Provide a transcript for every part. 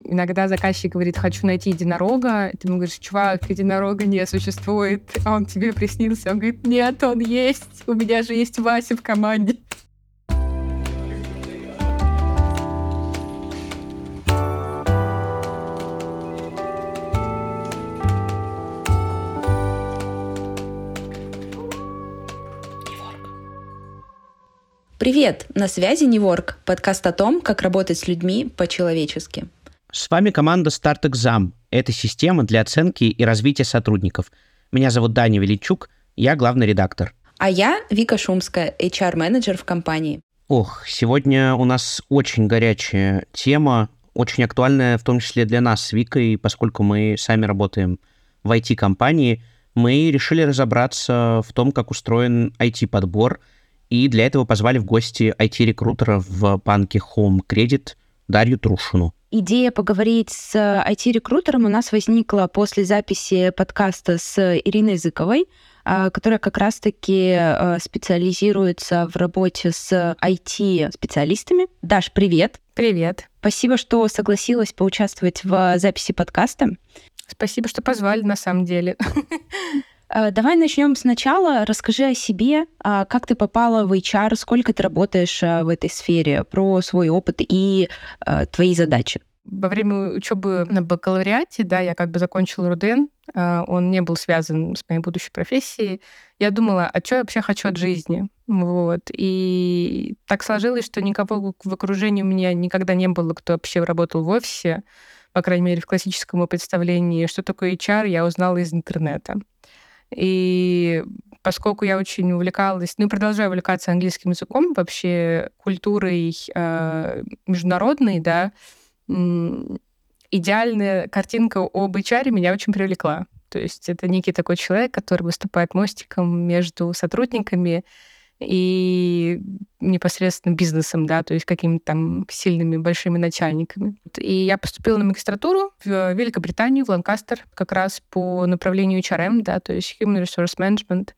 иногда заказчик говорит, хочу найти единорога. Ты ему говоришь, чувак, единорога не существует. А он тебе приснился. Он говорит, нет, он есть. У меня же есть Вася в команде. Привет! На связи Неворк, подкаст о том, как работать с людьми по-человечески. С вами команда StartExam. Это система для оценки и развития сотрудников. Меня зовут Даня Величук, я главный редактор. А я Вика Шумская, HR-менеджер в компании. Сегодня у нас очень горячая тема, очень актуальная, в том числе для нас с Викой, поскольку мы сами работаем в IT-компании. Мы решили разобраться в том, как устроен IT-подбор, и для этого позвали в гости IT-рекрутера в банке Home Credit Дарью Трушину. Идея поговорить с IT-рекрутером у нас возникла после записи подкаста с Ириной Зыковой, которая как раз-таки специализируется в работе с IT-специалистами. Даш, привет! Привет! Спасибо, что согласилась поучаствовать в записи подкаста. Спасибо, что позвали, на самом деле. Давай начнем сначала. Расскажи о себе, как ты попала в HR, сколько ты работаешь в этой сфере, про свой опыт и твои задачи. Во время учебы на бакалавриате, я как бы закончила РУДН, он не был связан с моей будущей профессией. Я думала, а что я вообще хочу от жизни? И так сложилось, что никого в окружении у меня никогда не было, кто вообще работал в офисе, по крайней мере, в классическом представлении. Что такое HR, я узнала из интернета. И поскольку я очень увлекалась, продолжаю увлекаться английским языком, вообще культурой международной, идеальная картинка об HR меня очень привлекла. То есть это некий такой человек, который выступает мостиком между сотрудниками и непосредственно бизнесом, то есть какими-то там сильными большими начальниками. И я поступила на магистратуру в Великобританию, в Ланкастер, как раз по направлению HRM, то есть Human Resource Management.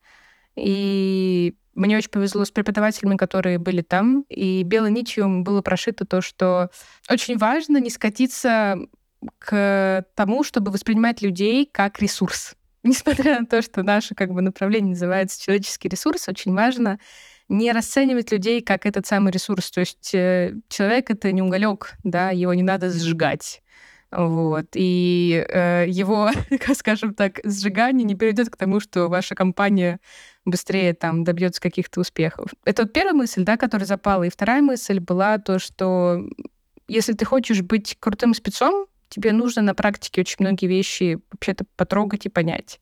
И мне очень повезло с преподавателями, которые были там, и белой нитью было прошито то, что очень важно не скатиться к тому, чтобы воспринимать людей как ресурс. Несмотря на то, что наше направление называется человеческий ресурс, очень важно не расценивать людей как этот самый ресурс. То есть человек — это не уголек, его не надо сжигать. И его, скажем так, сжигание не приведет к тому, что ваша компания быстрее добьется каких-то успехов. Это первая мысль, которая запала. И вторая мысль была то, что если ты хочешь быть крутым спецом, тебе нужно на практике очень многие вещи вообще-то потрогать и понять.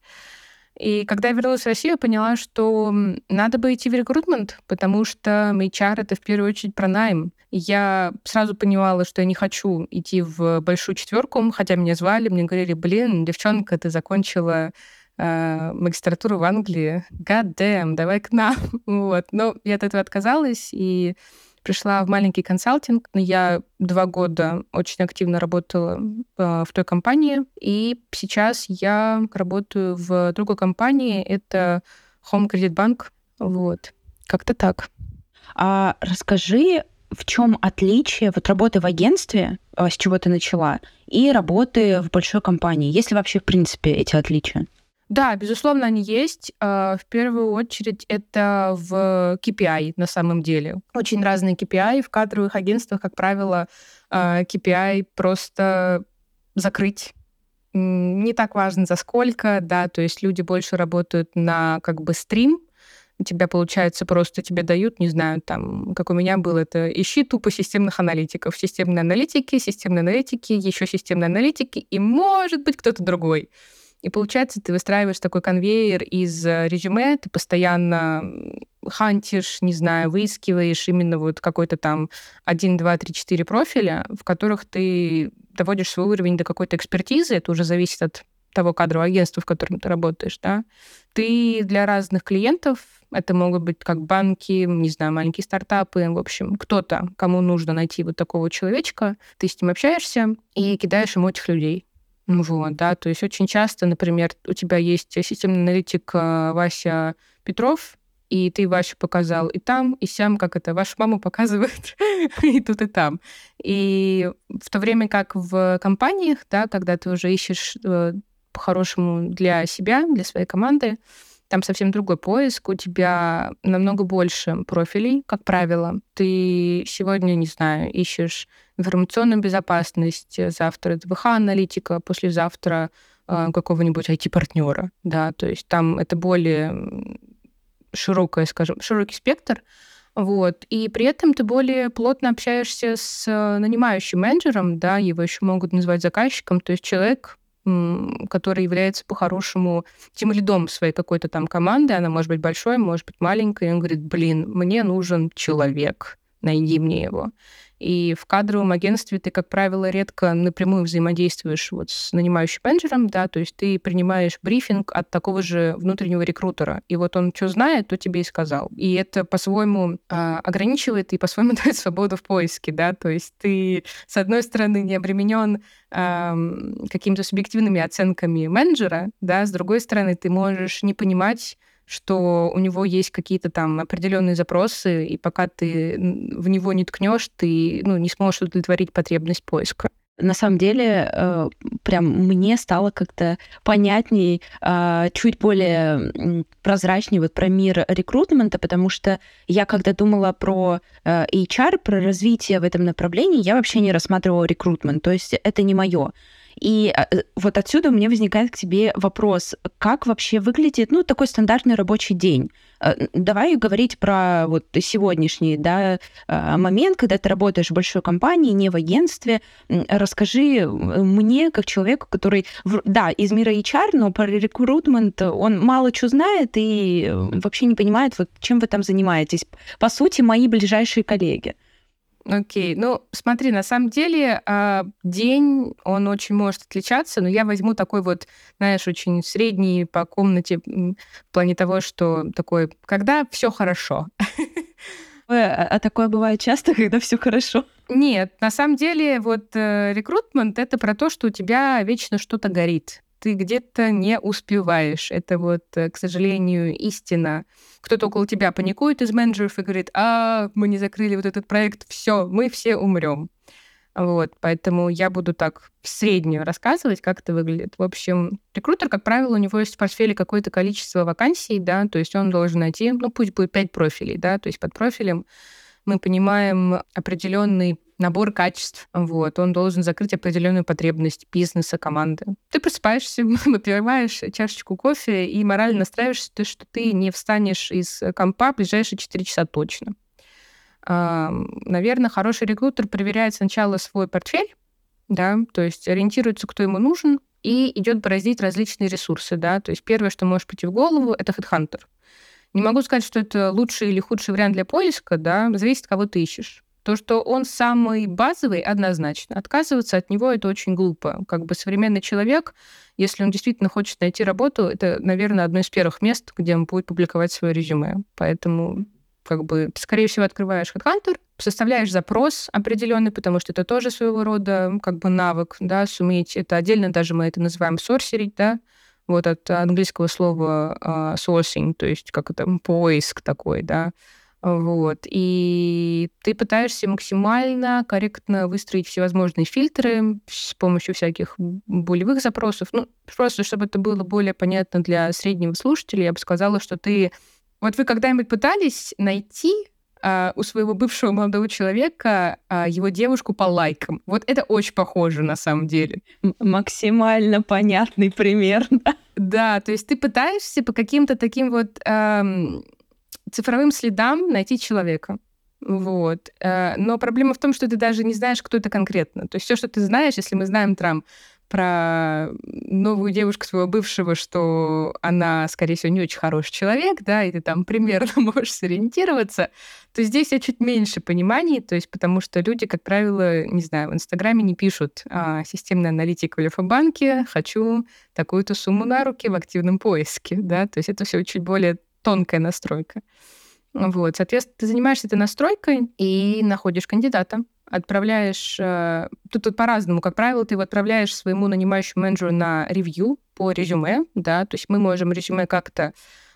И когда я вернулась в Россию, я поняла, что надо бы идти в рекрутмент, потому что HR — это в первую очередь про найм. И я сразу понимала, что я не хочу идти в большую четверку, хотя меня звали, мне говорили, девчонка, ты закончила магистратуру в Англии, god damn, давай к нам. Но я от этого отказалась и пришла в маленький консалтинг. Я 2 года очень активно работала в той компании, и сейчас я работаю в другой компании. Это Home Credit Bank. Как-то так. А расскажи, в чем отличие работы в агентстве, с чего ты начала, и работы в большой компании? Есть ли вообще, в принципе, эти отличия? Да, безусловно, они есть. В первую очередь это в KPI на самом деле. Очень разные KPI. В кадровых агентствах, как правило, KPI просто закрыть. Не так важно, за сколько, то есть люди больше работают на стрим. У тебя, получается, просто тебе дают, не знаю, как у меня было, это ищи тупо системных аналитиков. Системные аналитики, еще системные аналитики, и, может быть, кто-то другой. И получается, ты выстраиваешь такой конвейер из резюме, ты постоянно хантишь, не знаю, выискиваешь именно какой-то 1, 2, 3, 4 профиля, в которых ты доводишь свой уровень до какой-то экспертизы, это уже зависит от того кадрового агентства, в котором ты работаешь, Ты для разных клиентов, это могут быть как банки, не знаю, маленькие стартапы, в общем, кто-то, кому нужно найти такого человечка, ты с ним общаешься и кидаешь ему этих людей. То есть очень часто, например, у тебя есть системный аналитик Вася Петров, и ты Васю показал и там, и сям, как это, вашу маму показывают и тут, и там. И в то время как в компаниях, да, когда ты уже ищешь по-хорошему для себя, для своей команды, там совсем другой поиск, у тебя намного больше профилей, как правило. Ты сегодня, не знаю, ищешь информационную безопасность, завтра ДВХ-аналитика, послезавтра какого-нибудь IT-партнера, да, то есть там это более широкий спектр, вот, и при этом ты более плотно общаешься с нанимающим менеджером, да, его еще могут назвать заказчиком, то есть человек, который является по-хорошему тимлидом своей какой-то там команды, она может быть большой, может быть маленькой, и он говорит, мне нужен человек, найди мне его. И в кадровом агентстве ты, как правило, редко напрямую взаимодействуешь вот с нанимающим менеджером, да, то есть ты принимаешь брифинг от такого же внутреннего рекрутера. И вот он что знает, то тебе и сказал. И это по-своему ограничивает и по-своему дает свободу в поиске, да, то есть ты, с одной стороны, не обременен какими-то субъективными оценками менеджера, да, с другой стороны, ты можешь не понимать, что у него есть какие-то там определенные запросы, и пока ты в него не ткнешь, ты не сможешь удовлетворить потребность поиска. На самом деле, прям мне стало как-то понятней, чуть более прозрачней вот про мир рекрутмента, потому что я, когда думала про HR, про развитие в этом направлении, я вообще не рассматривала рекрутмент, то есть это не моё. И вот отсюда у меня возникает к тебе вопрос, как вообще выглядит, такой стандартный рабочий день? Давай говорить про вот сегодняшний, да, момент, когда ты работаешь в большой компании, не в агентстве. Расскажи мне, как человеку, который, да, из мира HR, но про рекрутмент он мало что знает и вообще не понимает, вот чем вы там занимаетесь. По сути, мои ближайшие коллеги. Окей, смотри, на самом деле день, он очень может отличаться, но я возьму такой вот, знаешь, очень средний по комнате в плане того, что такой, когда все хорошо. А такое бывает часто, когда все хорошо? Нет, на самом деле вот рекрутмент — это про то, что у тебя вечно что-то горит. Ты где-то не успеваешь. Это вот, к сожалению, истина. Кто-то около тебя паникует из менеджеров и говорит, мы не закрыли вот этот проект, все, мы все умрем. Вот, поэтому я буду так в среднюю рассказывать, как это выглядит. В общем, рекрутер, как правило, у него есть в портфеле какое-то количество вакансий, да, то есть он должен найти, пусть будет 5 профилей, да, то есть под профилем мы понимаем определенный набор качеств. Вот. Он должен закрыть определенную потребность бизнеса, команды. Ты просыпаешься, выпиваешь чашечку кофе и морально настраиваешься, что ты не встанешь из компа в ближайшие 4 часа точно. Наверное, хороший рекрутер проверяет сначала свой портфель, да, то есть ориентируется, кто ему нужен, и идет бороздить различные ресурсы. Да. То есть первое, что может прийти в голову, это HeadHunter. Не могу сказать, что это лучший или худший вариант для поиска, да, зависит, кого ты ищешь. То, что он самый базовый, однозначно. Отказываться от него — это очень глупо. Как бы современный человек, если он действительно хочет найти работу, это, наверное, одно из первых мест, где он будет публиковать свое резюме. Поэтому, ты, скорее всего, открываешь HeadHunter, составляешь запрос определенный, потому что это тоже своего рода навык, да, суметь. Это отдельно даже мы это называем сорсерить, да, вот от английского слова sourcing, то есть поиск такой, да. Вот. И ты пытаешься максимально корректно выстроить всевозможные фильтры с помощью всяких булевых запросов. Просто чтобы это было более понятно для среднего слушателя, я бы сказала, что Вот вы когда-нибудь пытались найти у своего бывшего молодого человека его девушку по лайкам? Вот это очень похоже на самом деле. Максимально понятный пример. Да, то есть ты пытаешься по каким-то таким вот цифровым следам найти человека. Вот. Но проблема в том, что ты даже не знаешь, кто это конкретно. То есть все, что ты знаешь, если мы знаем про новую девушку своего бывшего, что она, скорее всего, не очень хороший человек, да, и ты там примерно можешь сориентироваться, то здесь я чуть меньше пониманий, то есть потому что люди, как правило, не знаю, в Инстаграме не пишут системный аналитик в Альфа-банке, хочу такую-то сумму на руки в активном поиске, да, то есть это все чуть более тонкая настройка. Вот, соответственно, ты занимаешься этой настройкой и находишь кандидата. Отправляешь... Тут по-разному. Как правило, ты его отправляешь своему нанимающему менеджеру на ревью по резюме, да, то есть мы можем резюме как-то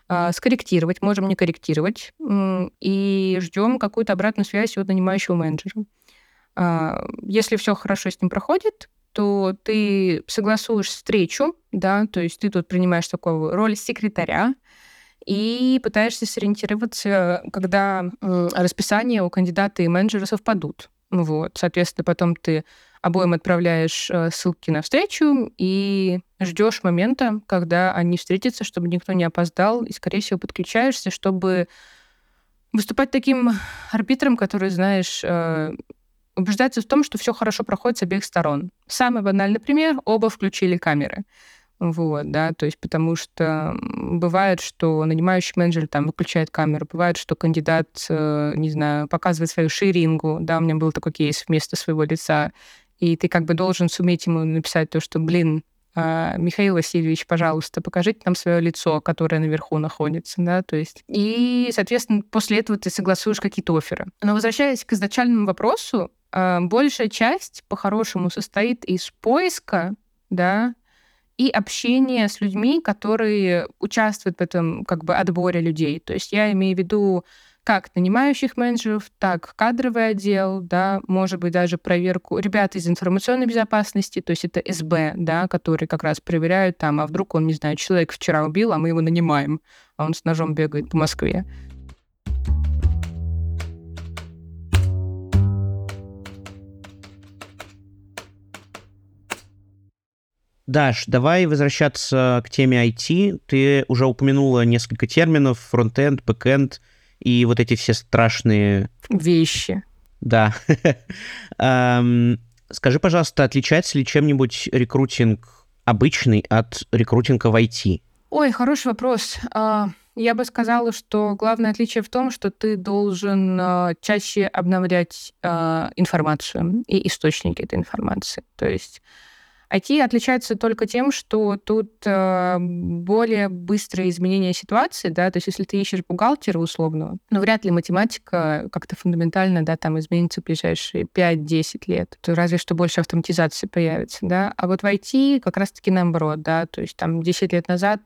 скорректировать, можем не корректировать, и ждем какую-то обратную связь от нанимающего менеджера. Если все хорошо с ним проходит, то ты согласуешь встречу, да, то есть ты тут принимаешь такую роль секретаря и пытаешься сориентироваться, когда расписания у кандидата и менеджера совпадут. Вот. Соответственно, потом ты обоим отправляешь ссылки на встречу и ждешь момента, когда они встретятся, чтобы никто не опоздал, и, скорее всего, подключаешься, чтобы выступать таким арбитром, который, знаешь, убеждаться в том, что все хорошо проходит с обеих сторон. Самый банальный пример: оба включили камеры. Вот, да, то есть потому что бывает, что нанимающий менеджер там выключает камеру, бывает, что кандидат, не знаю, показывает свою ширингу, да, у меня был такой кейс вместо своего лица, и ты как бы должен суметь ему написать то, что, Михаил Васильевич, пожалуйста, покажите нам свое лицо, которое наверху находится, да, то есть. И, соответственно, после этого ты согласуешь какие-то офферы. Но возвращаясь к изначальному вопросу, большая часть по-хорошему состоит из поиска, да, и общение с людьми, которые участвуют в этом как бы отборе людей. То есть я имею в виду как нанимающих менеджеров, так кадровый отдел, да, может быть, даже проверку ребят из информационной безопасности, то есть это СБ, да, которые как раз проверяют там, а вдруг он, не знаю, человек вчера убил, а мы его нанимаем, а он с ножом бегает по Москве. Даш, давай возвращаться к теме IT. Ты уже упомянула несколько терминов: фронт-энд, бэк-энд и вот эти все страшные... Вещи. Да. Скажи, пожалуйста, отличается ли чем-нибудь рекрутинг обычный от рекрутинга в IT? Ой, хороший вопрос. Я бы сказала, что главное отличие в том, что ты должен чаще обновлять информацию и источники этой информации. То есть IT отличается только тем, что тут более быстрое изменение ситуации, да, то есть если ты ищешь бухгалтера условного, но вряд ли математика как-то фундаментально, да, там изменится в ближайшие 5-10 лет, то разве что больше автоматизации появится, да, а вот в IT как раз-таки наоборот, да, то есть там 10 лет назад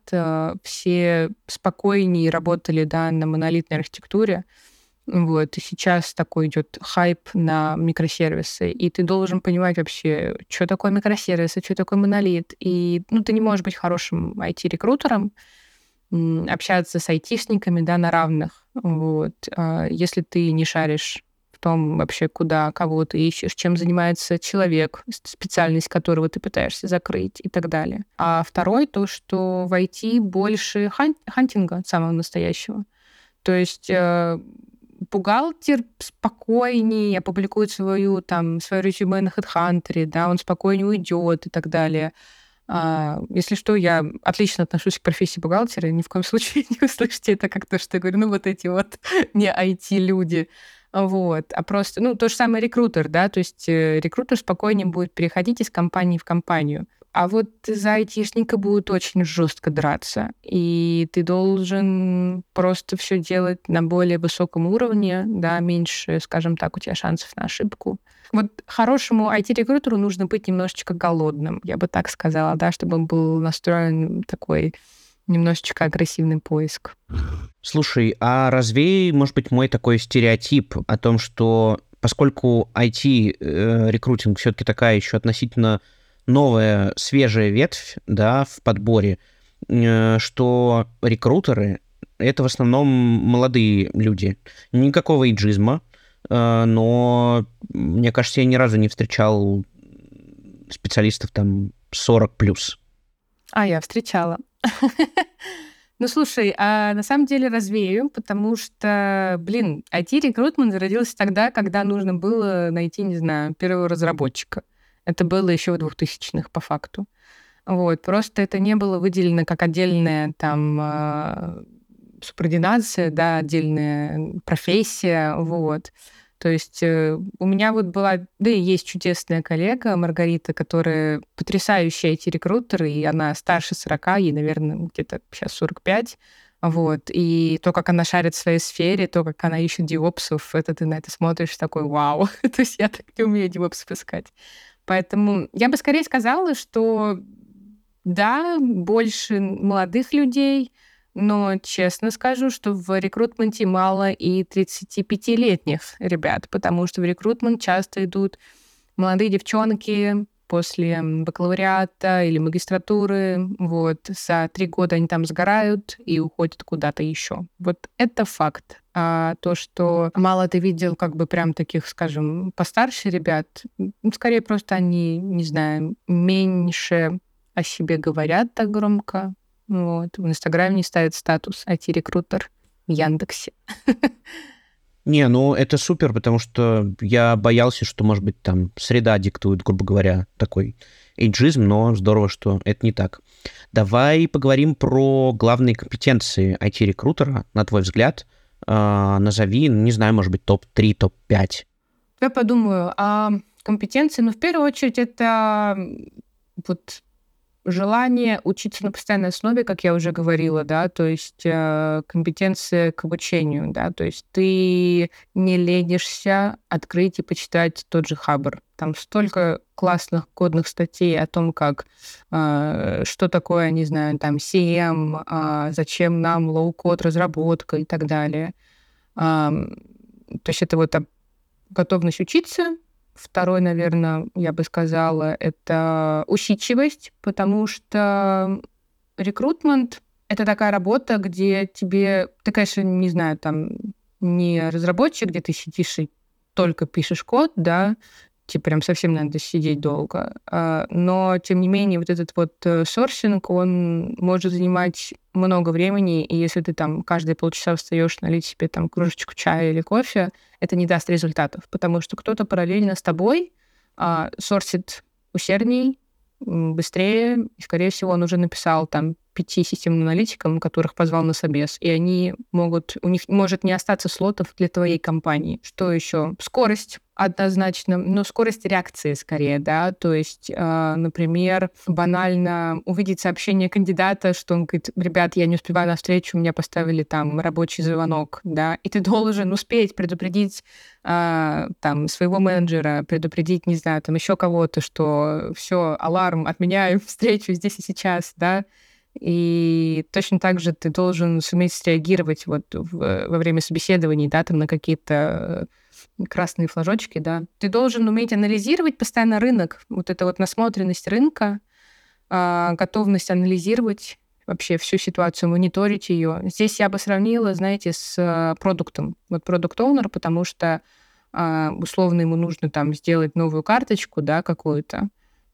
все спокойнее работали, да, на монолитной архитектуре. Вот, и сейчас такой идет хайп на микросервисы, и ты должен понимать вообще, что такое микросервисы, что такое монолит. И ты не можешь быть хорошим IT-рекрутером, общаться с айтишниками, да, на равных. Вот, если ты не шаришь в том вообще, куда, кого ты ищешь, чем занимается человек, специальность которого ты пытаешься закрыть и так далее. А второй, то, что в IT больше хантинга самого настоящего. То есть бухгалтер спокойнее опубликует свое резюме на HeadHunter, да, он спокойнее уйдет и так далее. Если что, я отлично отношусь к профессии бухгалтера, ни в коем случае не услышите это как то, что я говорю, вот эти вот не IT-люди. Вот. А просто, то же самое рекрутер, да, то есть рекрутер спокойнее будет переходить из компании в компанию. А вот за айтишника будут очень жестко драться. И ты должен просто все делать на более высоком уровне, да, меньше, скажем так, у тебя шансов на ошибку. Вот хорошему IT-рекрутеру нужно быть немножечко голодным, я бы так сказала, да, чтобы он был настроен такой немножечко агрессивный поиск. Слушай, а развей, может быть, мой такой стереотип о том, что поскольку IT-рекрутинг все-таки такая еще относительно новая, свежая ветвь, да, в подборе, что рекрутеры — это в основном молодые люди. Никакого эйджизма, но, мне кажется, я ни разу не встречал специалистов там 40+. Я встречала. Слушай, на самом деле развею, потому что, IT-рекрутмент зародился тогда, когда нужно было найти, не знаю, первого разработчика. Это было еще в 2000-х по факту. Вот. Просто это не было выделено как отдельная субординация, да, отдельная профессия. Вот. То есть у меня вот была, да и есть чудесная коллега Маргарита, которая потрясающая IT-рекрутер, и она старше 40, ей, наверное, где-то сейчас 45. Вот. И то, как она шарит в своей сфере, то, как она ищет девопсов, это ты на это смотришь такой вау. То есть я так не умею девопсов искать. Поэтому я бы скорее сказала, что да, больше молодых людей, Но честно скажу, что в рекрутменте мало и 35-летних ребят, потому что в рекрутмент часто идут молодые девчонки после бакалавриата или магистратуры. Вот, за 3 года они там сгорают и уходят куда-то еще. Вот это факт. А то, что мало ты видел как бы прям таких, скажем, постарше ребят, скорее просто они, не знаю, меньше о себе говорят так громко. Вот. В Инстаграме не ставят статус IT-рекрутер в Яндексе. Не, ну это супер, потому что я боялся, что, может быть, там среда диктует, грубо говоря, такой эйджизм, но здорово, что это не так. Давай поговорим про главные компетенции IT-рекрутера, на твой взгляд. Назови, не знаю, может быть, топ-3, топ-5. Я подумаю, компетенции, в первую очередь, это вот желание учиться на постоянной основе, как я уже говорила, да, то есть компетенция к обучению, да, то есть ты не ленишься открыть и почитать тот же Хабр. Там столько классных кодных статей о том, как, что такое, не знаю, там, CM, зачем нам лоу-код разработка и так далее. То есть это вот готовность учиться. Второй, наверное, я бы сказала, это усидчивость, потому что рекрутмент — это такая работа, где ты, конечно, не знаю, там, не разработчик, где ты сидишь и только пишешь код, да, тебе прям совсем надо сидеть долго. Но, тем не менее, вот этот вот сорсинг, он может занимать много времени, и если ты там каждые полчаса встаешь налить себе там кружечку чая или кофе, это не даст результатов, потому что кто-то параллельно с тобой сорсит усердней, быстрее, и, скорее всего, он уже написал там 5 системным аналитикам, которых позвал на собес, и у них может не остаться слотов для твоей компании. Что еще? Скорость однозначно, но скорость реакции скорее, да, то есть, например, банально увидеть сообщение кандидата, что он говорит: ребят, я не успеваю на встречу, меня поставили там рабочий звонок, да, и ты должен успеть предупредить там своего менеджера, предупредить, не знаю, там еще кого-то, что все, аларм, отменяю встречу здесь и сейчас, да. И точно так же ты должен суметь среагировать вот во время собеседований, да, там на какие-то красные флажочки, да. Ты должен уметь анализировать постоянно рынок, вот эта вот насмотренность рынка, готовность анализировать вообще всю ситуацию, мониторить ее. Здесь я бы сравнила, знаете, с продуктом. Вот продукт-оунер, потому что условно ему нужно там сделать новую карточку, да, какую-то,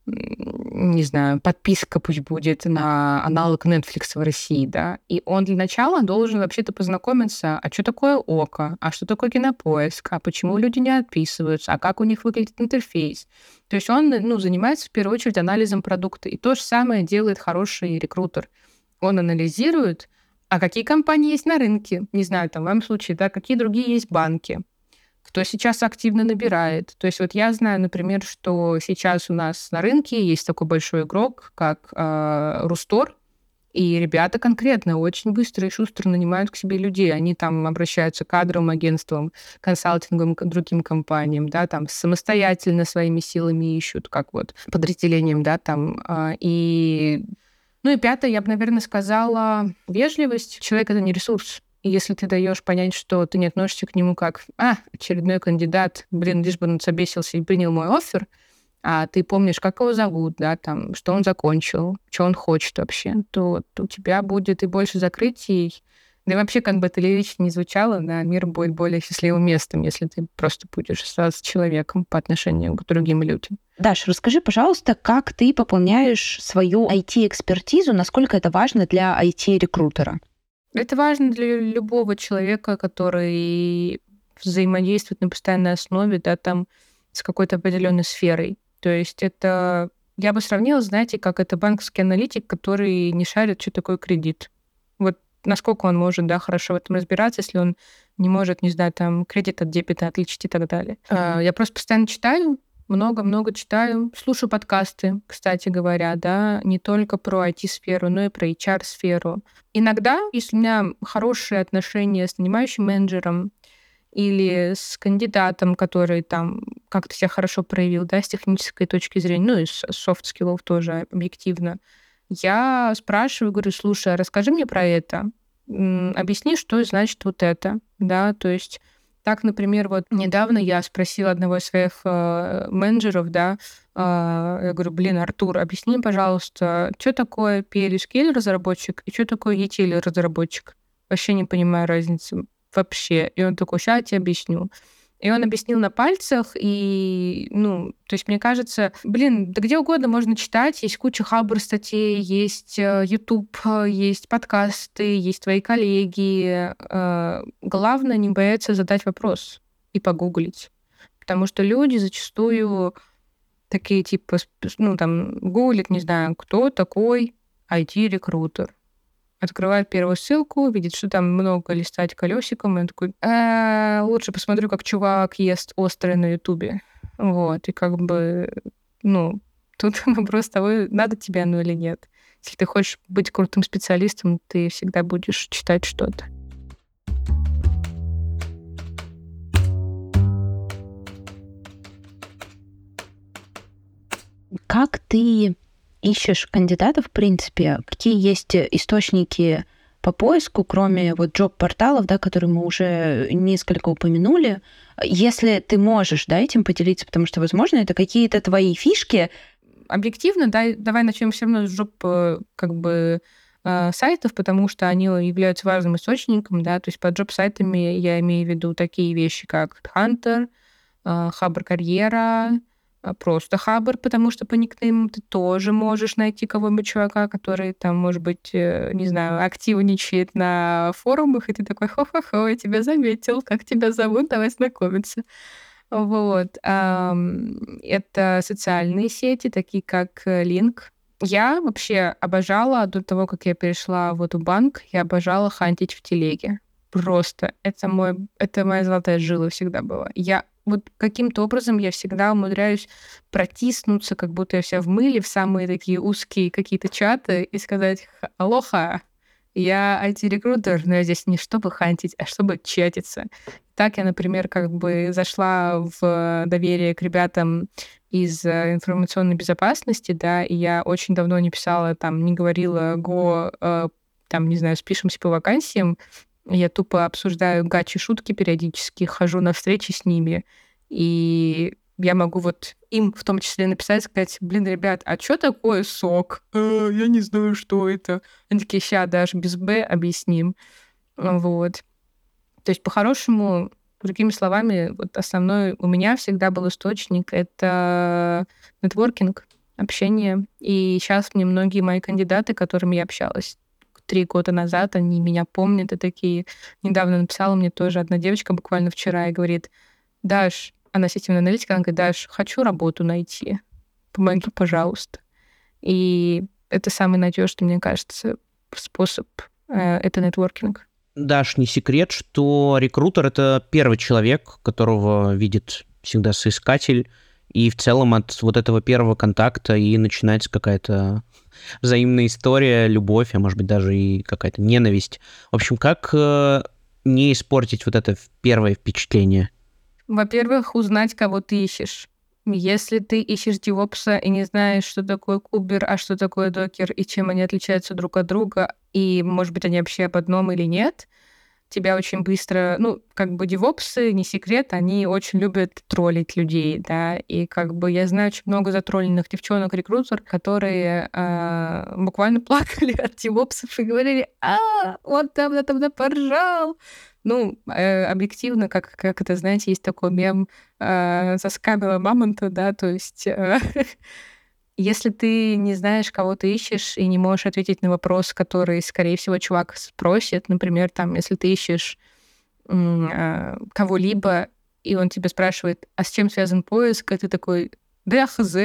не знаю, подписка пусть будет на аналог Netflix в России, да, и он для начала должен вообще-то познакомиться, а что такое ОКО, а что такое Кинопоиск, а почему люди не отписываются, а как у них выглядит интерфейс. То есть он, занимается в первую очередь анализом продукта, и то же самое делает хороший рекрутер. Он анализирует, а какие компании есть на рынке, не знаю, там, в моем случае, да, какие другие есть банки, кто сейчас активно набирает. То есть вот я знаю, например, что сейчас у нас на рынке есть такой большой игрок, как Рустор, и ребята конкретно очень быстро и шустро нанимают к себе людей. Они там обращаются к кадровым агентствам, консалтингам, к другим компаниям, да, там самостоятельно своими силами ищут, как вот подразделением, да, там. И пятое, я бы, наверное, сказала, вежливость. Человек — это не ресурс. И если ты даешь понять, что ты не относишься к нему как очередной кандидат, лишь бы он собесился и принял мой оффер, а ты помнишь, как его зовут, да, там, что он закончил, что он хочет вообще, то у тебя будет и больше закрытий. Да и вообще, как бы это лирично не звучало, да, мир будет более счастливым местом, если ты просто будешь сразу с человеком по отношению к другим людям. Даш, расскажи, пожалуйста, как ты пополняешь свою IT-экспертизу, насколько это важно для IT-рекрутера? Это важно для любого человека, который взаимодействует на постоянной основе, да, там, с какой-то определенной сферой. То есть это, я бы сравнила, знаете, как это банковский аналитик, который не шарит, что такое кредит. Вот насколько он может, да, хорошо в этом разбираться, если он не может, не знаю, там, кредит от дебета отличить и так далее. Я просто постоянно читаю, много-много читаю, слушаю подкасты, кстати говоря, да, не только про IT-сферу, но и про HR-сферу. Иногда, если у меня хорошие отношения с нанимающим менеджером или с кандидатом, который там как-то себя хорошо проявил, да, с технической точки зрения, и с софт-скиллов тоже объективно, я спрашиваю, говорю: слушай, а расскажи мне про это. объясни, что значит вот это, да, то есть так, например, вот недавно я спросила одного из своих менеджеров, да, я говорю, блин, Артур, объясни, пожалуйста, что такое PLSQL разработчик и что такое ETL разработчик? Вообще не понимаю разницы вообще. И он такой, сейчас я тебе объясню. И он объяснил на пальцах, и, то есть мне кажется, блин, да где угодно можно читать, есть куча Хабр статей, есть YouTube, есть подкасты, есть твои коллеги. Главное не бояться задать вопрос и погуглить. Потому что люди зачастую такие, типа, гуглят, не знаю, кто такой IT-рекрутер. Открывает первую ссылку, видит, что там много листать колесиком, и он такой, лучше посмотрю, как чувак ест острое на Ютубе. Вот, и тут вопрос того, надо тебе оно или нет. Если ты хочешь быть крутым специалистом, ты всегда будешь читать что-то. Как ты ищешь кандидатов, в принципе? Какие есть источники по поиску, кроме вот джоб-порталов, да, которые мы уже несколько упомянули? Если ты можешь, да, этим поделиться, потому что, возможно, это какие-то твои фишки. Объективно, давай начнем все равно с сайтов, потому что они являются важным источником, да, то есть под джоб-сайтами я имею в виду такие вещи, как Hunter, Хабр Карьера, просто Хабр, потому что по никнеймам ты тоже можешь найти кого-нибудь чувака, который там, может быть, не знаю, активничает на форумах, и ты такой, хо-хо-хо, я тебя заметил, как тебя зовут, давай знакомиться. Вот. Это социальные сети, такие как Link. Я вообще обожала, до того, как я перешла в эту банк, я обожала хантить в телеге. Просто. Это моя золотая жила всегда была. Я вот каким-то образом я всегда умудряюсь протиснуться, как будто я вся в мыле, в самые такие узкие какие-то чаты и сказать «Алоха, я IT-рекрутер, но я здесь не чтобы хантить, а чтобы чатиться». Так я, например, зашла в доверие к ребятам из информационной безопасности, да, и я очень давно не писала, не говорила не знаю, спишемся по вакансиям. Я тупо обсуждаю гачи-шутки периодически, хожу на встречи с ними, и я могу им в том числе написать, сказать, блин, ребят, а что такое сок? Я не знаю, что это. Они такие, ща, даже без «б» объясним. Вот. То есть, по-хорошему, другими словами, основной у меня всегда был источник — это нетворкинг, общение. И сейчас мне многие мои кандидаты, с которыми я общалась 3 года назад, они меня помнят и такие... Недавно написала мне тоже одна девочка буквально вчера и говорит, Даш, она системная аналитика, она говорит, Даш, хочу работу найти, помоги, пожалуйста. И это самый надежный, мне кажется, способ — это нетворкинг. Даш, не секрет, что рекрутер — это первый человек, которого видит всегда соискатель, и в целом от вот этого первого контакта и начинается какая-то взаимная история, любовь, а может быть даже и какая-то ненависть. В общем, как не испортить вот это первое впечатление? Во-первых, узнать, кого ты ищешь. Если ты ищешь DevOps и не знаешь, что такое кубер, а что такое докер, и чем они отличаются друг от друга, и, может быть, они вообще об одном или нет, тебя очень быстро... DevOps, не секрет, они очень любят троллить людей, да, и я знаю очень много затролленных девчонок-рекрутер, которые буквально плакали от DevOps и говорили, он там поржал. Объективно, как это, знаете, есть такой мем «Заскамила мамонта», да, то есть... Если ты не знаешь, кого ты ищешь, и не можешь ответить на вопрос, который, скорее всего, чувак спросит, например, если ты ищешь кого-либо, и он тебя спрашивает, а с чем связан поиск, и ты такой, да я хз.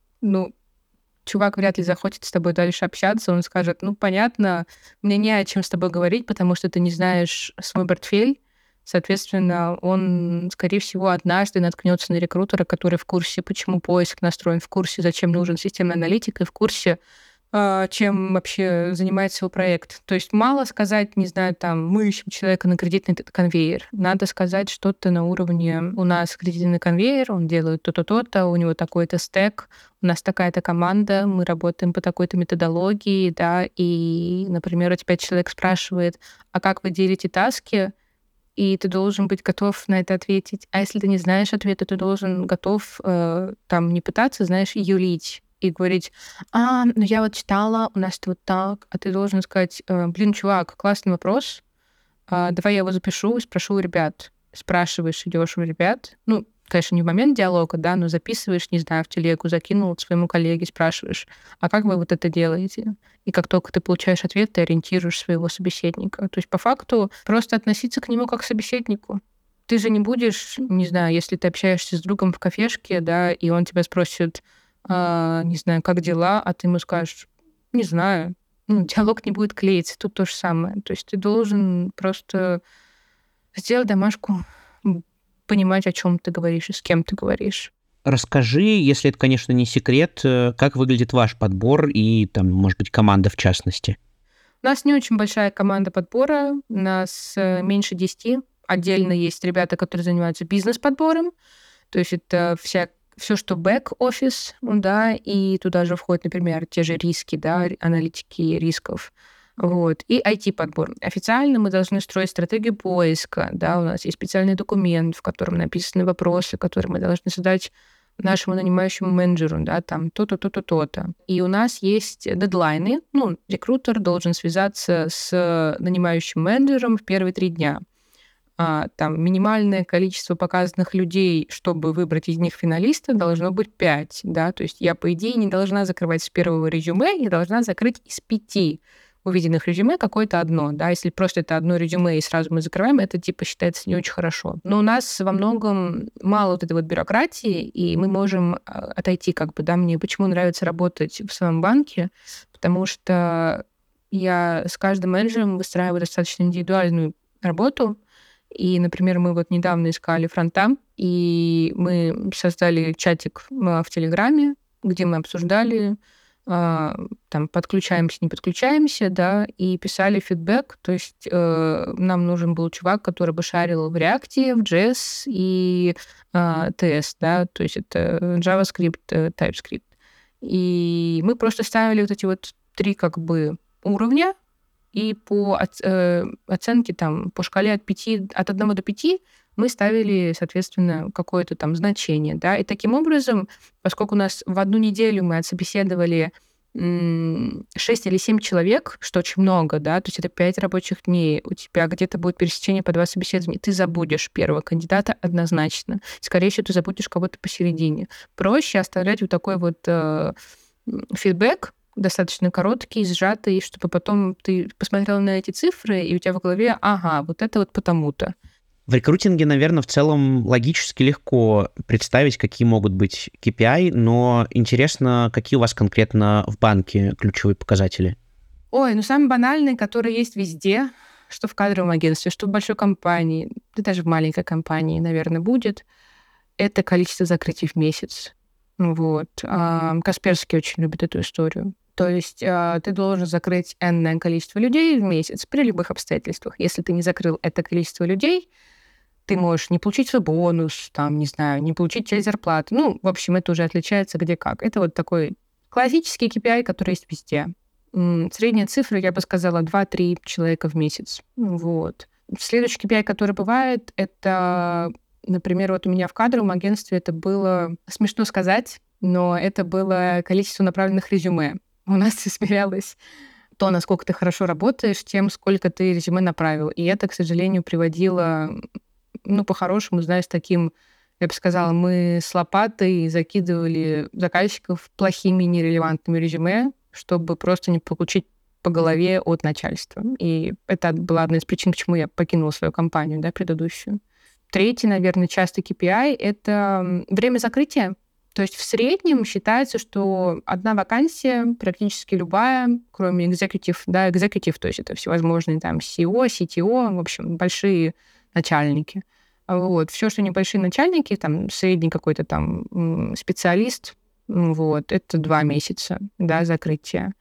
Чувак вряд ли захочет с тобой дальше общаться, он скажет, понятно, мне не о чем с тобой говорить, потому что ты не знаешь свой портфель. Соответственно, он, скорее всего, однажды наткнется на рекрутера, который в курсе, почему поиск настроен, в курсе, зачем нужен системный аналитик, и в курсе чем вообще занимается его проект. То есть мало сказать, не знаю, там, мы ищем человека на кредитный конвейер. Надо сказать что-то на уровне у нас кредитный конвейер, он делает то-то, то-то, у него такой-то стэк, у нас такая-то команда, мы работаем по такой-то методологии, да, и, например, у тебя человек спрашивает, а как вы делите таски? И ты должен быть готов на это ответить. А если ты не знаешь ответа, ты должен готов там не пытаться, знаешь, юлить и говорить, ну я вот читала, у нас это вот так, а ты должен сказать, блин, чувак, классный вопрос, давай я его запишу и спрошу у ребят. Спрашиваешь, идешь у ребят, ну, конечно, не в момент диалога, да, но записываешь, не знаю, в телегу, закинул своему коллеге, спрашиваешь, а как вы вот это делаете? И как только ты получаешь ответ, ты ориентируешь своего собеседника. То есть, по факту, просто относиться к нему как к собеседнику. Ты же не будешь, не знаю, если ты общаешься с другом в кафешке, да, и он тебя спросит, не знаю, как дела, а ты ему скажешь, не знаю, диалог не будет клеиться, тут то же самое. То есть ты должен просто сделать домашку, понимать, о чем ты говоришь и с кем ты говоришь. Расскажи, если это, конечно, не секрет, как выглядит ваш подбор и, там, может быть, команда в частности? У нас не очень большая команда подбора, у нас меньше 10. Отдельно есть ребята, которые занимаются бизнес-подбором, то есть это все, что бэк-офис, да, и туда же входят, например, те же риски, да, аналитики рисков. Вот. И IT-подбор. Официально мы должны строить стратегию поиска, да, у нас есть специальный документ, в котором написаны вопросы, которые мы должны задать нашему нанимающему менеджеру, да, там то-то, то-то, то-то. И у нас есть дедлайны, рекрутер должен связаться с нанимающим менеджером в первые 3 дня. Там минимальное количество показанных людей, чтобы выбрать из них финалиста, должно быть 5, да, то есть я, по идее, не должна закрывать с первого резюме, я должна закрыть из 5 увиденных резюме какое-то одно, да, если просто это одно резюме и сразу мы закрываем, это типа считается не очень хорошо. Но у нас во многом мало вот этой вот бюрократии, и мы можем отойти как бы, да, мне почему нравится работать в своем банке, потому что я с каждым менеджером выстраиваю достаточно индивидуальную работу, и, например, мы вот недавно искали фронта, и мы создали чатик в Телеграме, где мы обсуждали, там, подключаемся, не подключаемся, да, и писали фидбэк. То есть нам нужен был чувак, который бы шарил в React, в JS и TS, да, то есть это JavaScript, TypeScript. И мы просто ставили вот эти вот 3 как бы уровня, и по оценке там, по шкале от 1 до 5 мы ставили, соответственно, какое-то там значение, да, и таким образом, поскольку у нас в 1 неделю мы отсобеседовали 6 или 7 человек, что очень много, да, то есть это 5 рабочих дней, у тебя где-то будет пересечение по 2 собеседования, ты забудешь первого кандидата однозначно. Скорее всего, ты забудешь кого-то посередине. Проще оставлять вот такой вот фидбэк, достаточно короткий, сжатый, чтобы потом ты посмотрел на эти цифры, и у тебя в голове, вот это вот потому-то. В рекрутинге, наверное, в целом логически легко представить, какие могут быть KPI, но интересно, какие у вас конкретно в банке ключевые показатели? Самые банальные, которые есть везде, что в кадровом агентстве, что в большой компании, да даже в маленькой компании, наверное, будет, это количество закрытий в месяц. Вот. Касперский очень любит эту историю. То есть ты должен закрыть энное количество людей в месяц при любых обстоятельствах. Если ты не закрыл это количество людей, ты можешь не получить свой бонус, там, не знаю, не получить часть зарплаты. В общем, это уже отличается где как. Это вот такой классический KPI, который есть везде. Средняя цифра, я бы сказала, 2-3 человека в месяц. Вот. Следующий KPI, который бывает, это, например, вот у меня в кадровом агентстве это было, смешно сказать, но это было количество направленных резюме. У нас измерялось то, насколько ты хорошо работаешь, тем, сколько ты резюме направил. И это, к сожалению, приводило, по-хорошему, знаешь, таким, я бы сказала, мы с лопатой закидывали заказчиков плохими, нерелевантными резюме, чтобы просто не получить по голове от начальства. И это была одна из причин, почему я покинула свою компанию, да, предыдущую. Третий, наверное, частый KPI — это время закрытия. То есть в среднем считается, что одна вакансия, практически любая, кроме executive, да, executive, то есть это всевозможные там CEO, CTO, в общем, большие начальники. Вот. Все, что небольшие начальники, там, средний какой-то там специалист, вот, это 2 месяца, да, закрытия.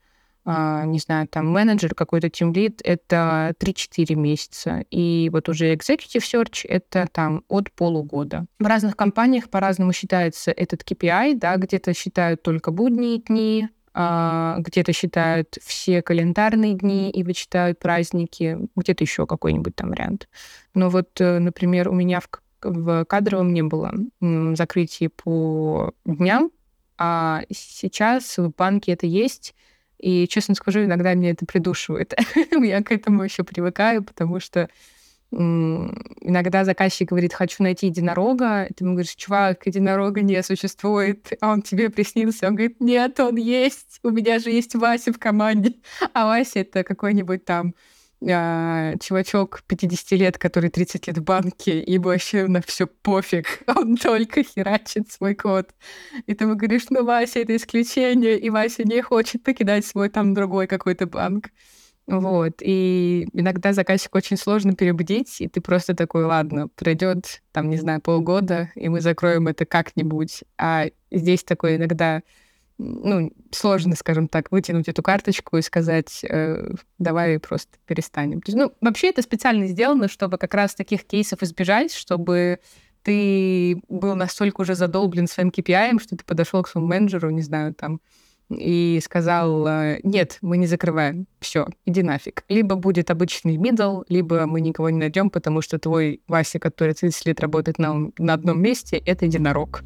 не знаю, там менеджер, какой-то тимлид, это 3-4 месяца. И вот уже executive search это там от полугода. В разных компаниях по-разному считается этот KPI, да, где-то считают только будние дни, где-то считают все календарные дни и вычитают праздники, где-то еще какой-нибудь там вариант. Но вот, например, у меня в кадровом не было закрытий по дням, а сейчас в банке это есть. И, честно скажу, иногда меня это придушивает. Я к этому еще привыкаю, потому что иногда заказчик говорит, хочу найти единорога. И ты ему говоришь, чувак, единорога не существует. А он тебе приснился. Он говорит, нет, он есть. У меня же есть Вася в команде. А Вася — это какой-нибудь там чувачок 50 лет, который 30 лет в банке, и вообще на все пофиг. Он только херачит свой код. И ты ему говоришь, ну, Вася — это исключение, и Вася не хочет покидать свой там другой какой-то банк. Вот. И иногда заказчик очень сложно переубедить, и ты просто такой, ладно, пройдет, там, не знаю, полгода, и мы закроем это как-нибудь. А здесь такой иногда сложно, скажем так, вытянуть эту карточку и сказать, давай просто перестанем. То есть, вообще это специально сделано, чтобы как раз таких кейсов избежать, чтобы ты был настолько уже задолблен своим KPI, что ты подошел к своему менеджеру, не знаю, там, и сказал, нет, мы не закрываем, все, иди нафиг. Либо будет обычный middle, либо мы никого не найдем, потому что твой Вася, который 30 лет работает на одном месте, это единорог.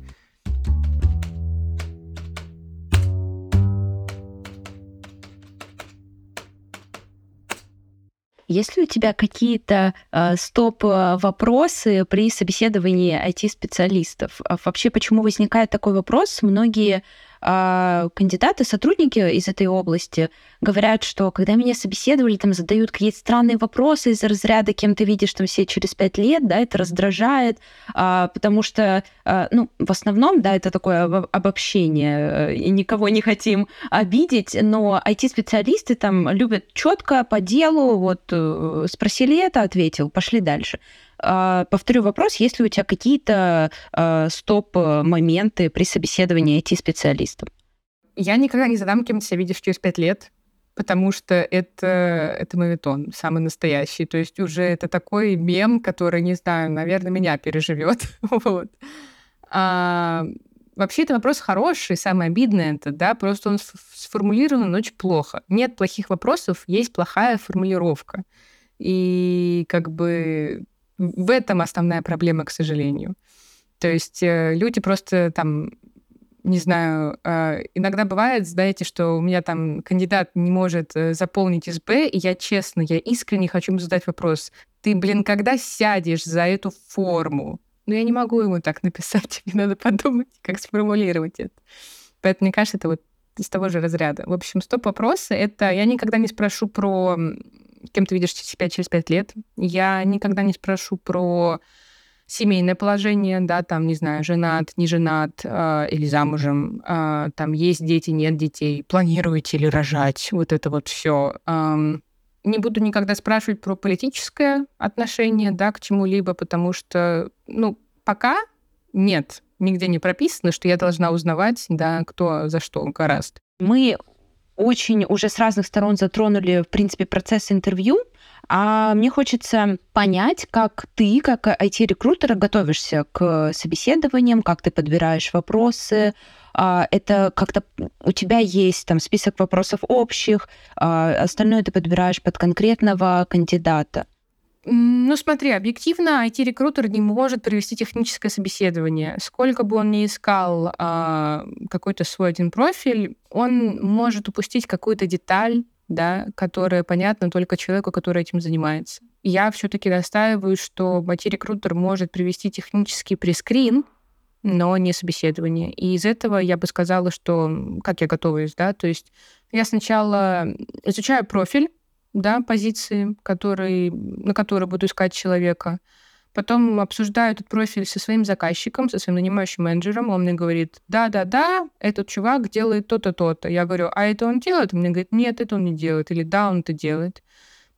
Есть ли у тебя какие-то стоп-вопросы при собеседовании IT-специалистов? Вообще, почему возникает такой вопрос? Многие кандидаты, сотрудники из этой области говорят, что когда меня собеседовали, там задают какие-то странные вопросы из разряда, кем ты видишь там все через 5 лет, да, это раздражает, потому что, в основном, да, это такое обобщение, и никого не хотим обидеть, но IT-специалисты там любят четко по делу, вот спросили это, ответил, пошли дальше. Повторю вопрос, есть ли у тебя какие-то стоп-моменты при собеседовании IT-специалистов? Я никогда не задам, кем ты себя видишь через 5 лет, потому что это моветон, самый настоящий. То есть уже это такой мем, который, не знаю, наверное, меня переживет. Вот. Вообще, это вопрос хороший, самое обидное это, да, просто он сформулирован очень плохо. Нет плохих вопросов, есть плохая формулировка. И как бы в этом основная проблема, к сожалению. То есть люди просто там, не знаю, иногда бывает, знаете, что у меня там кандидат не может заполнить СБ, и я искренне хочу ему задать вопрос. Ты, когда сядешь за эту форму? Я не могу ему так написать, мне надо подумать, как сформулировать это. Поэтому, мне кажется, это вот из того же разряда. В общем, стоп-вопросы — это я никогда не спрошу про кем ты видишь себя через 5 лет. Я никогда не спрошу про семейное положение, да, там, не знаю, женат, не женат или замужем, там есть дети, нет детей, планируете ли рожать, вот это вот все. Не буду никогда спрашивать про политическое отношение, да, к чему-либо, потому что, пока нет, нигде не прописано, что я должна узнавать, да, кто за что гораст. Мы очень уже с разных сторон затронули, в принципе, процесс интервью, а мне хочется понять, как ты, как IT-рекрутер, готовишься к собеседованиям, как ты подбираешь вопросы. Это как-то у тебя есть там список вопросов общих, остальное ты подбираешь под конкретного кандидата. Смотри, объективно IT-рекрутер не может провести техническое собеседование. Сколько бы он ни искал какой-то свой один профиль, он может упустить какую-то деталь, да, которая понятна только человеку, который этим занимается. Я все-таки настаиваю, что IT-рекрутер может провести технический прескрин, но не собеседование. И из этого я бы сказала, что как я готовлюсь, да, то есть я сначала изучаю профиль, да, позиции, на которые буду искать человека. Потом обсуждаю этот профиль со своим заказчиком, со своим нанимающим менеджером. Он мне говорит, да, этот чувак делает то-то, то-то. Я говорю, а это он делает? Он мне говорит, нет, это он не делает. Или да, он это делает.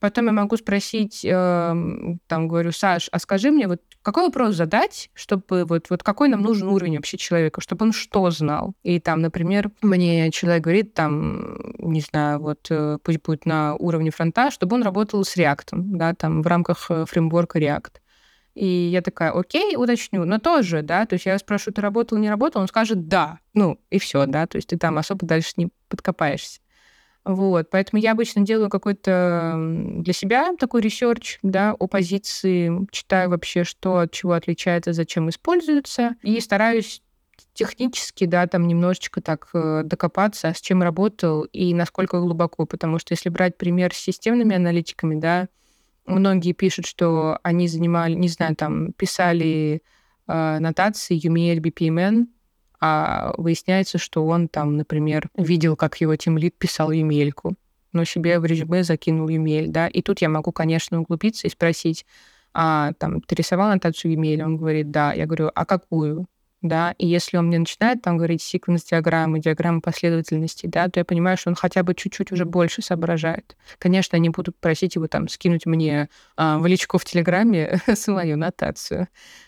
Потом я могу спросить, говорю, Саш, а скажи мне, вот какой вопрос задать, чтобы вот какой нам нужен уровень вообще человека, чтобы он что знал? И там, например, мне человек говорит, не знаю, пусть будет на уровне фронта, чтобы он работал с React, да, там в рамках фреймворка React. И я такая, окей, уточню, но тоже, да, то есть я его спрошу, ты работал, не работал, он скажет да, и все, да, то есть ты там особо дальше не подкопаешься. Поэтому я обычно делаю какой-то для себя такой ресерч, да, о позиции, читаю вообще, что от чего отличается, зачем используется, и стараюсь технически, да, там немножечко так докопаться, с чем работал и насколько глубоко, потому что если брать пример с системными аналитиками, да, многие пишут, что они занимали, не знаю, там, писали нотации UML, BPMN, а выясняется, что он там, например, видел, как его тимлид писал UML-ку, но себе в резюме закинул UML, да, и тут я могу, конечно, углубиться и спросить, ты рисовал нотацию UML? Он говорит, да. Я говорю, а какую? Да, и если он мне начинает там говорить секвенс-диаграммы, диаграммы последовательности, да, то я понимаю, что он хотя бы чуть-чуть уже больше соображает. Конечно, я не буду просить его там скинуть мне в личку в Телеграме свою нотацию.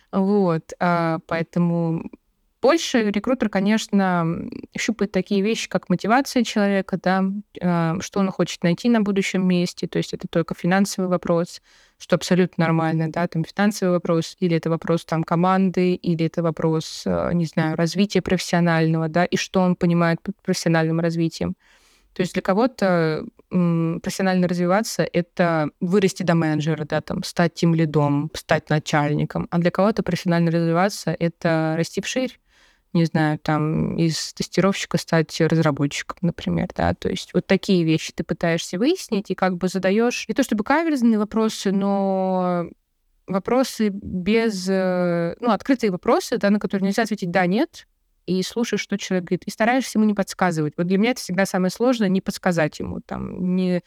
Поэтому больше рекрутер, конечно, щупает такие вещи, как мотивация человека, да, что он хочет найти на будущем месте, то есть это только финансовый вопрос, что абсолютно нормально, да, там финансовый вопрос, или это вопрос там команды, или это вопрос, не знаю, развития профессионального, да, и что он понимает под профессиональным развитием. То есть для кого-то профессионально развиваться — это вырасти до менеджера, да, там, стать тимлидом, стать начальником, а для кого-то профессионально развиваться — это расти вширь, не знаю, там, из тестировщика стать разработчиком, например, да, то есть вот такие вещи ты пытаешься выяснить и как бы задаешь не то чтобы каверзные вопросы, но вопросы без, открытые вопросы, да, на которые нельзя ответить «да», «нет», и слушаешь, что человек говорит, и стараешься ему не подсказывать. Вот для меня это всегда самое сложное — не подсказать ему, там, не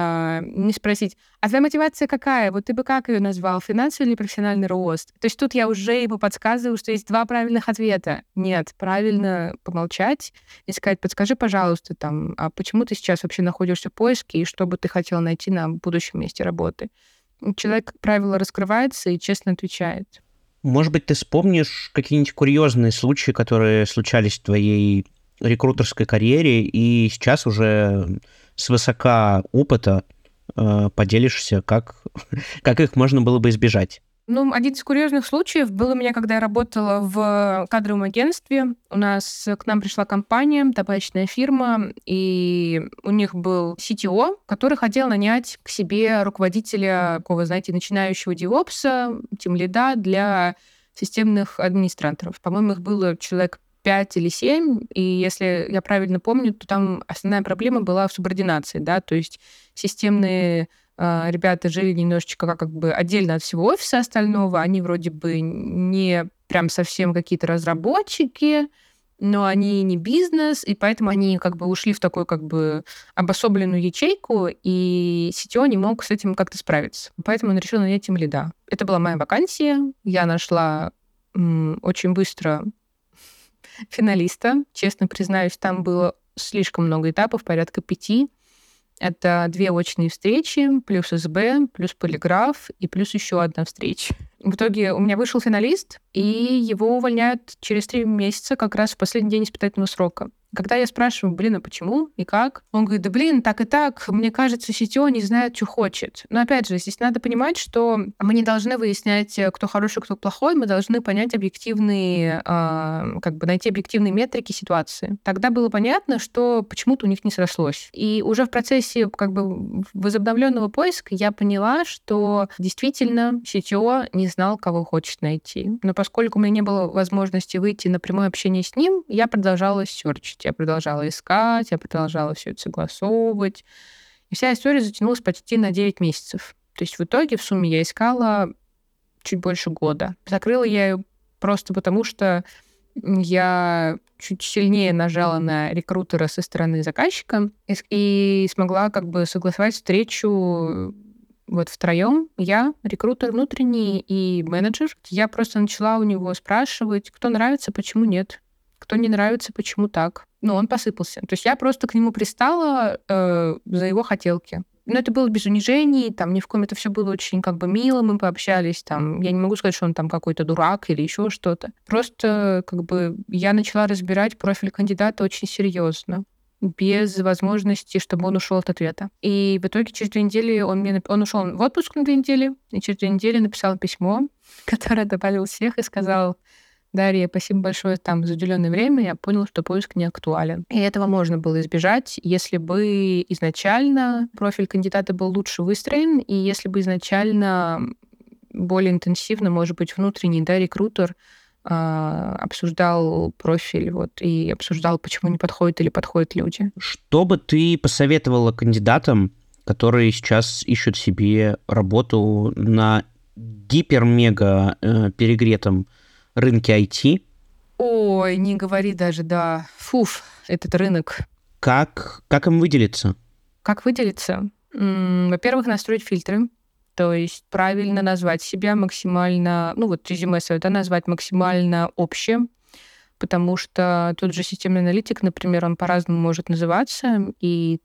спросить, а твоя мотивация какая? Вот ты бы как ее назвал? Финансовый или профессиональный рост? То есть тут я уже ему подсказываю, что есть два правильных ответа. Нет, правильно помолчать и сказать, подскажи, пожалуйста, там, а почему ты сейчас вообще находишься в поиске и что бы ты хотел найти на будущем месте работы? Человек, как правило, раскрывается и честно отвечает. Может быть, ты вспомнишь какие-нибудь курьезные случаи, которые случались в твоей рекрутерской карьере, и сейчас уже свысока опыта поделишься, как их можно было бы избежать? Один из курьезных случаев был у меня, когда я работала в кадровом агентстве. У нас к нам пришла компания, табачная фирма, и у них был CTO, который хотел нанять к себе руководителя такого, знаете, начинающего DevOps, тимлида для системных администраторов. По-моему, их было человек 5 или 7, и если я правильно помню, то там основная проблема была в субординации, да, то есть системные ребята жили немножечко как бы отдельно от всего офиса остального, они вроде бы не прям совсем какие-то разработчики, но они не бизнес, и поэтому они как бы ушли в такую как бы обособленную ячейку, и CTO не мог с этим как-то справиться. Поэтому он решил нанять тимлида. Это была моя вакансия, я нашла очень быстро финалиста. Честно признаюсь, там было слишком много этапов, порядка 5. Это 2 очные встречи, плюс СБ, плюс полиграф и плюс еще одна встреча. В итоге у меня вышел финалист, и его увольняют через 3 месяца, как раз в последний день испытательного срока. Когда я спрашиваю, а почему и как? Он говорит, так и так, мне кажется, CTO не знает, что хочет. Но опять же, здесь надо понимать, что мы не должны выяснять, кто хороший, кто плохой, мы должны понять объективные, найти объективные метрики ситуации. Тогда было понятно, что почему-то у них не срослось. И уже в процессе возобновленного поиска я поняла, что действительно CTO не знал, кого хочет найти. Но поскольку у меня не было возможности выйти на прямое общение с ним, я продолжала серчить. Я продолжала искать, я продолжала все это согласовывать. И вся история затянулась почти на 9 месяцев. То есть в итоге в сумме я искала чуть больше года. Закрыла я ее просто потому, что я чуть сильнее нажала на рекрутера со стороны заказчика и смогла согласовать встречу втроем. Я, рекрутер внутренний и менеджер. Я просто начала у него спрашивать, кто нравится, почему нет. Кто не нравится, почему так. Он посыпался. То есть я просто к нему пристала за его хотелки. Но это было без унижений, там ни в коем, это все было очень как бы мило, мы пообщались, там, я не могу сказать, что он там какой-то дурак или еще что-то. Просто как бы я начала разбирать профиль кандидата очень серьезно, без возможности, чтобы он ушел от ответа. И в итоге через 2 недели он ушел в отпуск на 2 недели, и через 2 недели написал письмо, которое добавил всех и сказал: Дарья, спасибо большое там за уделенное время, я понял, что поиск не актуален. И этого можно было избежать, если бы изначально профиль кандидата был лучше выстроен, и если бы изначально более интенсивно, может быть, внутренний, да, рекрутер обсуждал профиль и обсуждал, почему не подходят или подходят люди. Что бы ты посоветовала кандидатам, которые сейчас ищут себе работу на гипер-мега перегретом рынке IT? Ой, не говори даже, да. Фуф, этот рынок. Как им выделиться? Как выделиться? Во-первых, настроить фильтры. То есть правильно назвать себя максимально, резюме свое, да, назвать максимально общее, потому что тот же системный аналитик, например, он по-разному может называться, и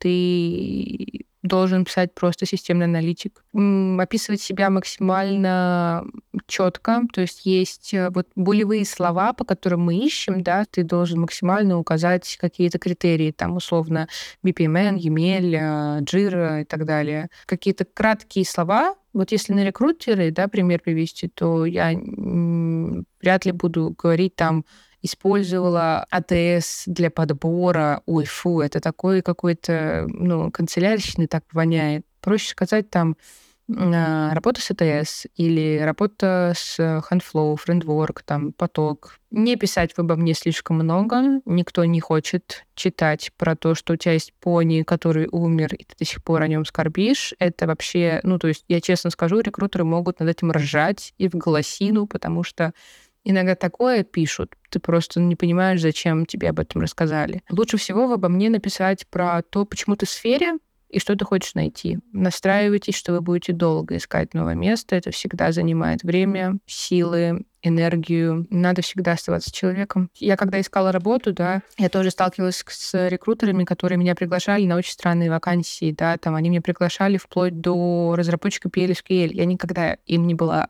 ты должен писать просто системный аналитик. Описывать себя максимально четко, то есть болевые слова, по которым мы ищем, да, ты должен максимально указать какие-то критерии, там, условно, BPMN, EML, Jira и так далее. Какие-то краткие слова. Если на рекрутеры, да, пример привести, то я вряд ли буду говорить там, использовала АТС для подбора. Ой, фу, это такой какой-то, канцелярщины так воняет. Проще сказать там работа с АТС или работа с Handflow, Friendwork, там, поток. Не писать обо мне слишком много. Никто не хочет читать про то, что у тебя есть пони, который умер, и ты до сих пор о нем скорбишь. Это вообще, то есть я честно скажу, рекрутеры могут над этим ржать и в голосину, потому что иногда такое пишут, ты просто не понимаешь, зачем тебе об этом рассказали. Лучше всего обо мне написать про то, почему ты в сфере и что ты хочешь найти. Настраивайтесь, что вы будете долго искать новое место. Это всегда занимает время, силы, энергию. Надо всегда оставаться человеком. Я когда искала работу, да, я тоже сталкивалась с рекрутерами, которые меня приглашали на очень странные вакансии, да, там они меня приглашали вплоть до разработчика PLSQL. Я никогда им не была.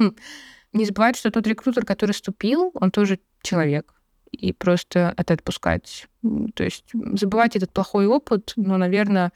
Не забывать, что тот рекрутер, который вступил, он тоже человек. И просто это отпускать. То есть забывать этот плохой опыт, но, наверное,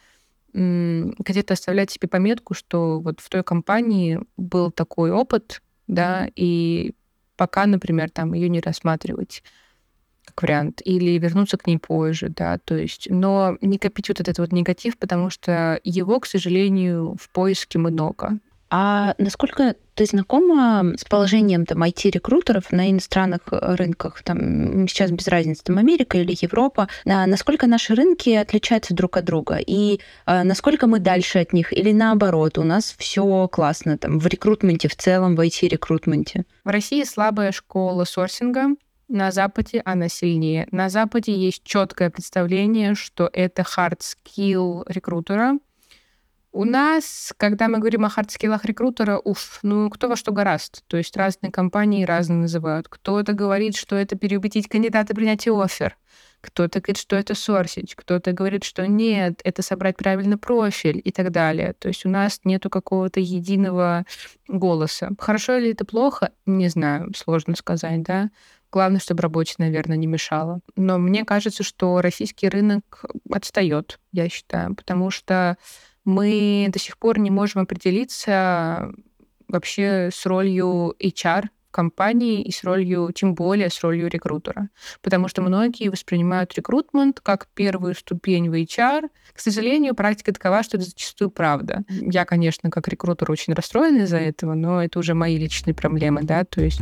где-то оставлять себе пометку, что в той компании был такой опыт, да, и пока, например, там ее не рассматривать как вариант, или вернуться к ней позже, да, то есть, но не копить этот негатив, потому что его, к сожалению, в поиске много. А насколько ты знакома с положением там IT-рекрутеров на иностранных рынках? Там сейчас без разницы, там Америка или Европа. Насколько наши рынки отличаются друг от друга? И насколько мы дальше от них? Или наоборот, у нас все классно там в рекрутменте в целом, в IT-рекрутменте? В России слабая школа сорсинга. На Западе она сильнее. На Западе есть четкое представление, что это hard skill рекрутера. У нас, когда мы говорим о хардскиллах рекрутера, кто во что горазд. То есть разные компании разные называют. Кто-то говорит, что это переубедить кандидата принять оффер. Кто-то говорит, что это сорсить. Кто-то говорит, что нет, это собрать правильный профиль и так далее. То есть у нас нету какого-то единого голоса. Хорошо или это плохо? Не знаю, сложно сказать, да. Главное, чтобы работе, наверное, не мешало. Но мне кажется, что российский рынок отстает, я считаю, потому что мы до сих пор не можем определиться вообще с ролью HR в компании и с ролью, тем более с ролью рекрутера. Потому что многие воспринимают рекрутмент как первую ступень в HR. К сожалению, практика такова, что это зачастую правда. Я, конечно, как рекрутер очень расстроена из-за этого, но это уже мои личные проблемы, да, то есть...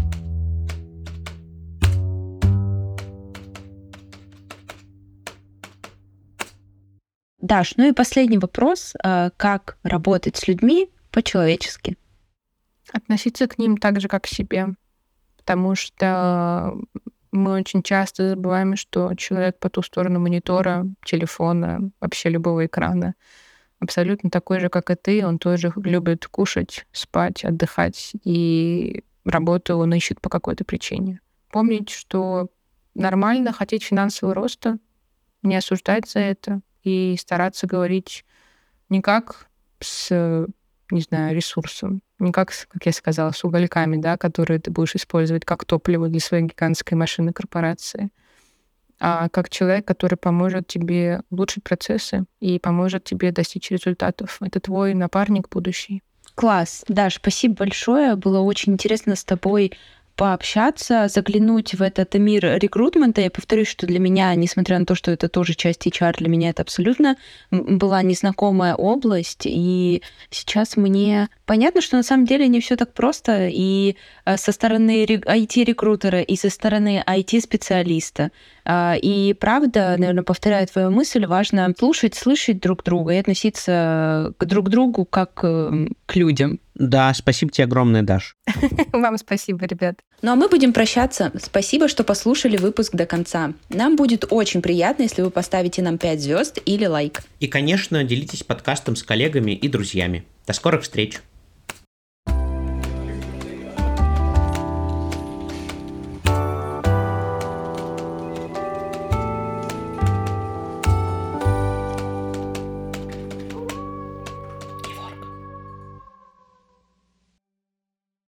Даш, и последний вопрос. Как работать с людьми по-человечески? Относиться к ним так же, как к себе. Потому что мы очень часто забываем, что человек по ту сторону монитора, телефона, вообще любого экрана абсолютно такой же, как и ты. Он тоже любит кушать, спать, отдыхать. И работу он ищет по какой-то причине. Помнить, что нормально хотеть финансового роста, не осуждать за это, и стараться говорить Не как с, не знаю, ресурсом, не как, как я сказала, с угольками, да, которые ты будешь использовать как топливо для своей гигантской машины корпорации, а как человек, который поможет тебе улучшить процессы и поможет тебе достичь результатов. Это твой напарник будущий. Класс. Даш, спасибо большое. Было очень интересно с тобой пообщаться, заглянуть в этот мир рекрутмента. Я повторюсь, что для меня, несмотря на то, что это тоже часть HR, для меня это абсолютно была незнакомая область. И сейчас мне понятно, что на самом деле не все так просто и со стороны IT-рекрутера, и со стороны IT-специалиста. И правда, наверное, повторяю твою мысль, важно слышать друг друга и относиться друг к другу как к людям. Да, спасибо тебе огромное, Даш. Вам спасибо, ребят. Ну а мы будем прощаться. Спасибо, что послушали выпуск до конца. Нам будет очень приятно, если вы поставите нам 5 звезд или лайк. И, конечно, делитесь подкастом с коллегами и друзьями. До скорых встреч!